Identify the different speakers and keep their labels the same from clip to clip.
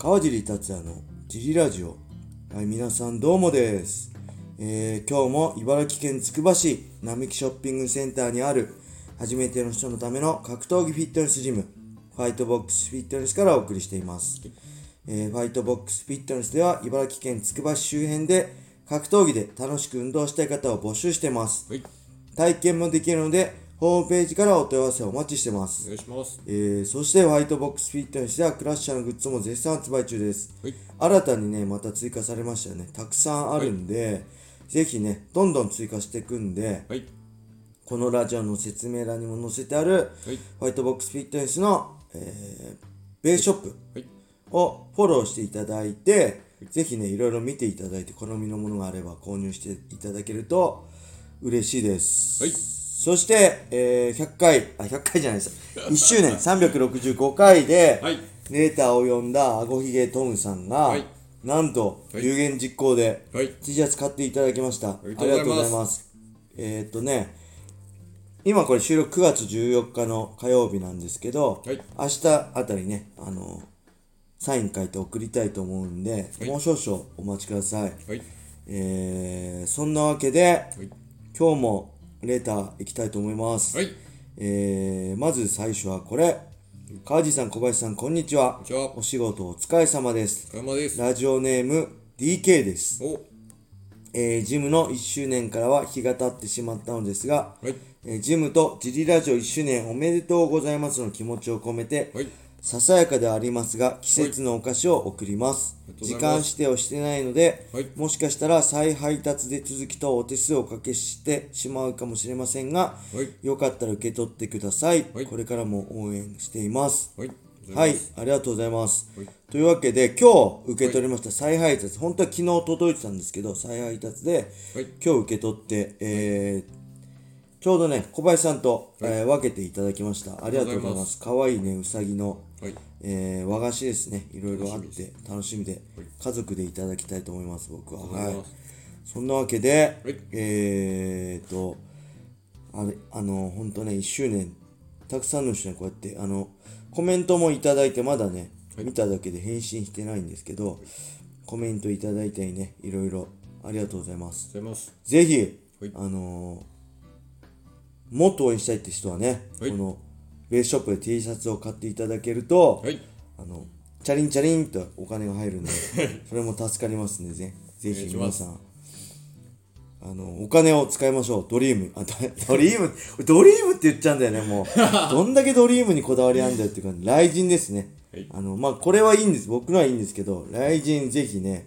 Speaker 1: 川尻達也のジリラジオ。はい、皆さんどうもです。今日も茨城県つくば市並木ショッピングセンターにある初めての人のための格闘技フィットネスジム、ファイトボックスフィットネスからお送りしています。ファイトボックスフィットネスでは茨城県つくば市周辺で格闘技で楽しく運動したい方を募集しています。体験もできるのでホームページからお問い合わせをお待ちしてます。
Speaker 2: お願いします。
Speaker 1: そしてファイトボックスフィットネスではクラッシャーのグッズも絶賛発売中です。新たにねまた追加されましたよね。たくさんあるんで、ぜひねどんどん追加していくんで、このラジオの説明欄にも載せてある、ファイトボックスフィットネスの、ベースショップをフォローしていただいて、ぜひねいろいろ見ていただいて好みのものがあれば購入していただけると嬉しいです。そして、100回じゃないです。1周年365回で、レーターを読んだあごひげトムさんが、なんと、有言実行で、T シャツ買っていただきました。ありがとうございます。今これ収録9月14日の火曜日なんですけど、明日あたりね、サイン書いて送りたいと思うんで、もう少々お待ちください。そんなわけで、今日もレーター行きたいと思います。まず最初はこれ。川地さん、小林さん、こんにちは。お仕事お疲れ様です。ラジオネーム DK です。ジムの1周年からは日が経ってしまったのですが、ジムとジリラジオ1周年おめでとうございますの気持ちを込めて、ささやかではありますが季節のお菓子を送ります。時間指定をしてないので、もしかしたら再配達で続きとお手数をおかけしてしまうかもしれませんが、よかったら受け取ってください。これからも応援しています。はい、ありがとうございます。というわけで今日受け取りました再配達、本当は昨日届いてたんですけど、再配達で今日受け取って、ちょうどね小林さんと、分けていただきました。ありがとうございます。かわいいねうさぎの和菓子ですね。いろいろあって楽しみで、家族でいただきたいと思います。僕は。そんなわけで、ほんとね1周年たくさんの人にこうやってコメントもいただいて、まだね見ただけで返信してないんですけど、コメントいただいたりね、いろいろありがとうございます。ぜひもっと応援したいって人はね、このベースショップで T シャツを買っていただけると、チャリンチャリンとお金が入るんでそれも助かりますんで、ぜひ皆さんお金を使いましょう。ドリームって言っちゃうんだよね。もうどんだけドリームにこだわりあるんだよっていうか、雷神ですね。これはいいんです、僕のはいいんですけど、雷神ぜひね、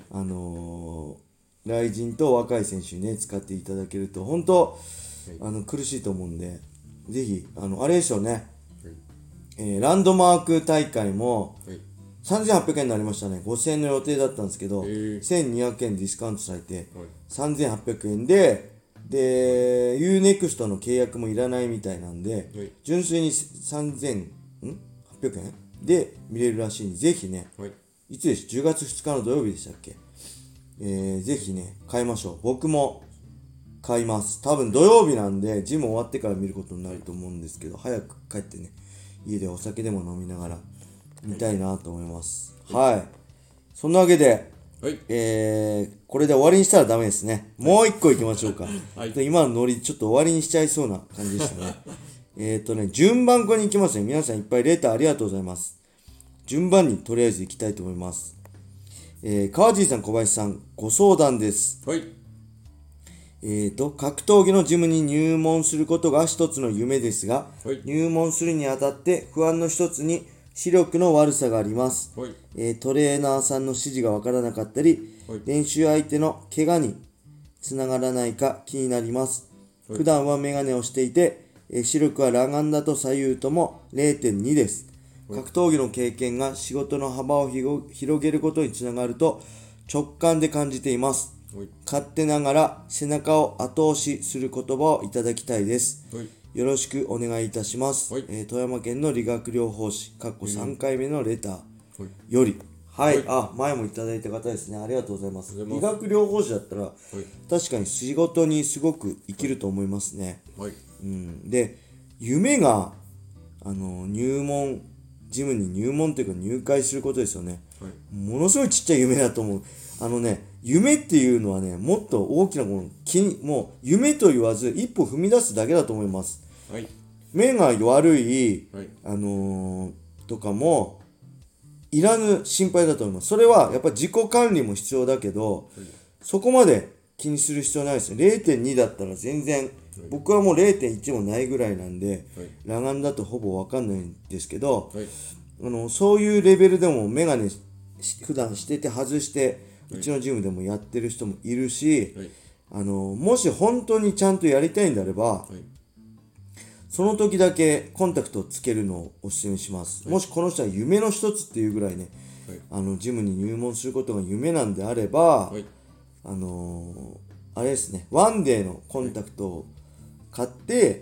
Speaker 1: 雷神と若い選手にね使っていただけると本当苦しいと思うんで、ぜひあれでしょうね、ランドマーク大会も3800円になりましたね。5000円の予定だったんですけど、1200円ディスカウントされて3800円で、UNEXT の契約もいらないみたいなんで、純粋に3800円で見れるらしいんで、ぜひね、いつでしょ、10月2日の土曜日でしたっけ、ぜひね買いましょう。僕も買います。多分土曜日なんでジム終わってから見ることになると思うんですけど、早く帰ってね家でお酒でも飲みながら見たいなと思います。そんなわけで、これで終わりにしたらダメですね。もう一個いきましょうか。今のノリちょっと終わりにしちゃいそうな感じでしたね。順番こに行きますね。皆さんいっぱいレーターありがとうございます。順番にとりあえず行きたいと思います。川尻さん、小林さん、ご相談です。格闘技のジムに入門することが一つの夢ですが、入門するにあたって不安の一つに視力の悪さがあります。トレーナーさんの指示がわからなかったり、練習相手の怪我につながらないか気になります。普段はメガネをしていて、視力は裸眼だと左右とも 0.2 です。格闘技の経験が仕事の幅を広げることにつながると直感で感じています。勝手ながら背中を後押しする言葉をいただきたいです。よろしくお願いいたします。富山県の理学療法士3回目のレターより、前もいただいた方ですね。ありがとうございます。理学療法士だったら、確かに仕事にすごく生きると思いますね。で、夢が入門ジムに入門というか入会することですよね。
Speaker 2: はい、
Speaker 1: ものすごいちっちゃい夢だと思う。夢っていうのはね、もっと大きなもの、もう夢と言わず一歩踏み出すだけだと思います。
Speaker 2: はい、
Speaker 1: 目が悪い、
Speaker 2: はい、
Speaker 1: とかもいらぬ心配だと思います。それはやっぱり自己管理も必要だけど、そこまで気にする必要ないですよ。0.2 だったら全然、僕はもう 0.1 もないぐらいなんで、裸眼だとほぼわかんないんですけど、そういうレベルでもメガネ普段してて外して、うちのジムでもやってる人もいるし、もし本当にちゃんとやりたいんであれば、その時だけコンタクトをつけるのをお勧めします。もしこの人は夢の一つっていうぐらいね、ジムに入門することが夢なんであれば、あれですね、ワンデーのコンタクトを買って、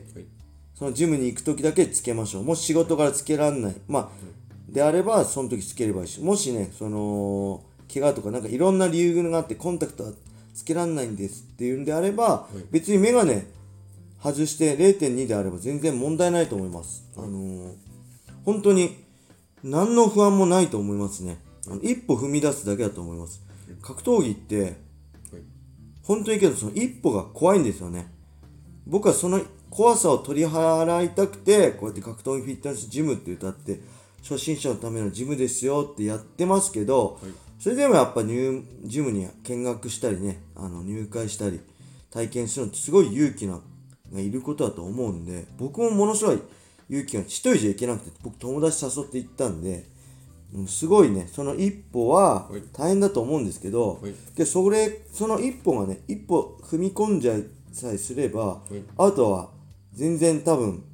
Speaker 1: そのジムに行く時だけつけましょう。もし仕事からつけらんない、であればその時つければいいし、もしね、怪我とかなんかいろんな理由があってコンタクトはつけらんないんですっていうんであれば、別にメガネ外して 0.2 であれば全然問題ないと思います。本当に何の不安もないと思いますね。一歩踏み出すだけだと思います。格闘技って本当にけどその一歩が怖いんですよね。僕はその怖さを取り払いたくてこうやって格闘技フィットネスジムって歌って初心者のためのジムですよってやってますけど、それでもやっぱジムに見学したりね、入会したり体験するのってすごい勇気がいることだと思うんで、僕もものすごい勇気が一人じゃいけなくて、僕友達誘って行ったんで、すごいね、その一歩は大変だと思うんですけど、でその一歩がね、一歩踏み込んじゃいさえすれば、あとは全然多分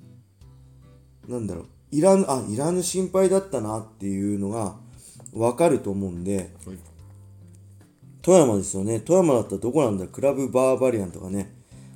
Speaker 1: いらぬ心配だったなっていうのが分かると思うんで、富山ですよね。富山だったらどこなんだ、クラブバーバリアンとかね、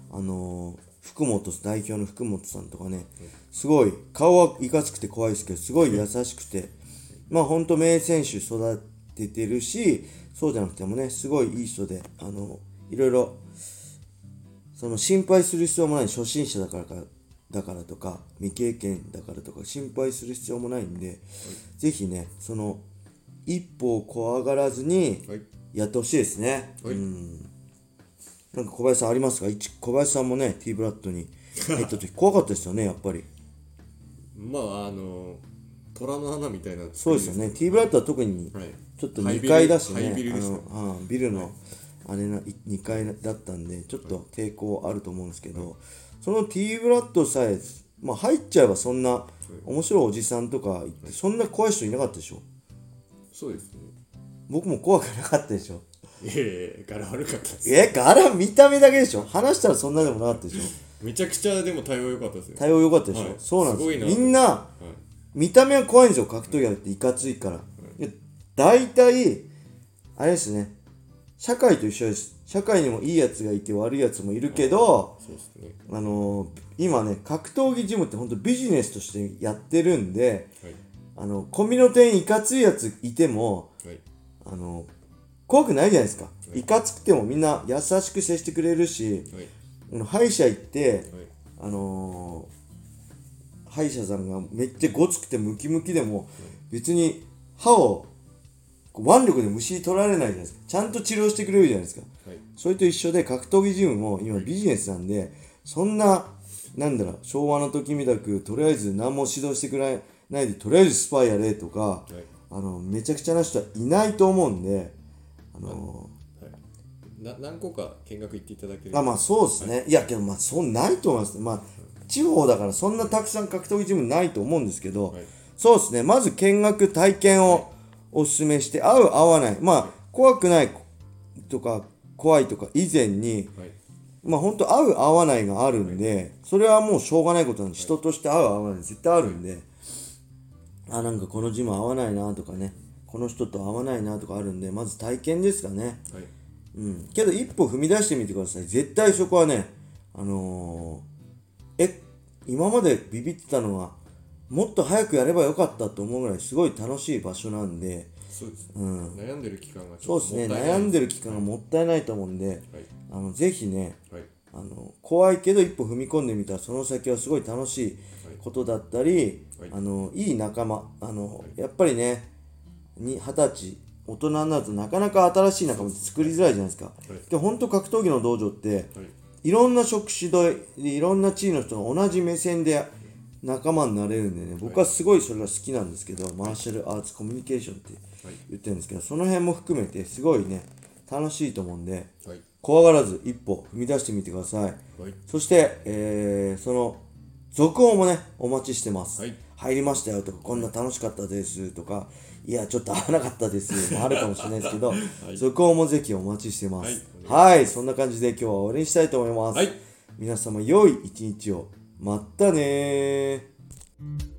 Speaker 1: 代表の福本さんとかね、すごい顔はいかつくて怖いですけど、すごい優しくて、ほんと名選手育ててるし、そうじゃなくてもね、すごいいい人で、いろいろ心配する必要もない。初心者だからとか未経験だからとか心配する必要もないんで、ぜひね、その一歩を怖がらずにやってほしいですね。なんか小林さんありますか？小林さんもね T ブラッドに入った時怖かったですよね、やっぱり。
Speaker 2: 虎の穴みたいな。
Speaker 1: そうですよね。T ブラッドは特にちょっと2階だしね、ビルのあれな2階だったんでちょっと抵抗あると思うんですけど、その T ブラッドさえ入っちゃえばそんな面白いおじさんとかそんな怖い人いなかったでしょ。
Speaker 2: そうですね。
Speaker 1: 僕も怖くなかったでしょ。
Speaker 2: 柄悪かったです。
Speaker 1: 柄見た目だけでしょ。話したらそんなでもなかったでしょ。
Speaker 2: めちゃくちゃでも対応良かったですよ。
Speaker 1: 対応良かったでしょ。そうなんですよ。みんな、見た目は怖いんですよ。格闘技やっていかついから。大体あれですね、社会と一緒です。社会にもいいやつがいて悪いやつもいるけど、今ね、格闘技ジムって本当ビジネスとしてやってるんで、コンビニの店員いかついやついても、怖くないじゃないですか。いかつくてもみんな優しく接してくれるし、歯医者行って、歯医者さんがめっちゃごつくてムキムキでも、別に歯を腕力でむしり取られないじゃないですか。ちゃんと治療してくれるじゃないですか。それと一緒で格闘技ジムも今ビジネスなんで、そんな昭和の時みたくとりあえず何も指導してくれないでとりあえずスパイやれとか、めちゃくちゃな人はいないと思うんで、
Speaker 2: 何個か見学行っていただける。
Speaker 1: そうですね。いやけどそうないと思いますね。地方だからそんなたくさん格闘技ジムないと思うんですけど、そうですね。まず見学体験をおすすめして、合う合わない、怖くないとか怖いとか以前に、本当合う合わないがあるんで、それはもうしょうがないことなんで、人として合う合わない絶対あるんで、なんかこのジム合わないなとかね、この人と合わないなとかあるんで、まず体験ですかね。けど一歩踏み出してみてください。絶対そこはね、今までビビってたのはもっと早くやればよかったと思うぐらいすごい楽しい場所なんで、
Speaker 2: そうですね。悩んでる期間が
Speaker 1: ちょっともったいない。そうですね。悩んでる期間がもったいないと思うんで、ぜひね、怖いけど一歩踏み込んでみたらその先はすごい楽しいことだったり、いい仲間、やっぱりね、20歳、大人になるとなかなか新しい仲間って作りづらいじゃないですか。で、本当格闘技の道場って、いろんな職種で、いろんな地位の人が同じ目線で仲間になれるんでね、僕はすごいそれが好きなんですけど、マーシャルアーツコミュニケーションって言ってるんですけど、その辺も含めてすごいね、楽しいと思うんで、怖がらず一歩踏み出してみてください。そして、その続報もね、お待ちしてます。入りましたよとか、こんな楽しかったですとか、いや、ちょっと合わなかったですもあるかもしれないですけど、続報もぜひお待ちしてます。はい、そんな感じで今日は終わりにしたいと思います。皆様良い一日を。まったねー。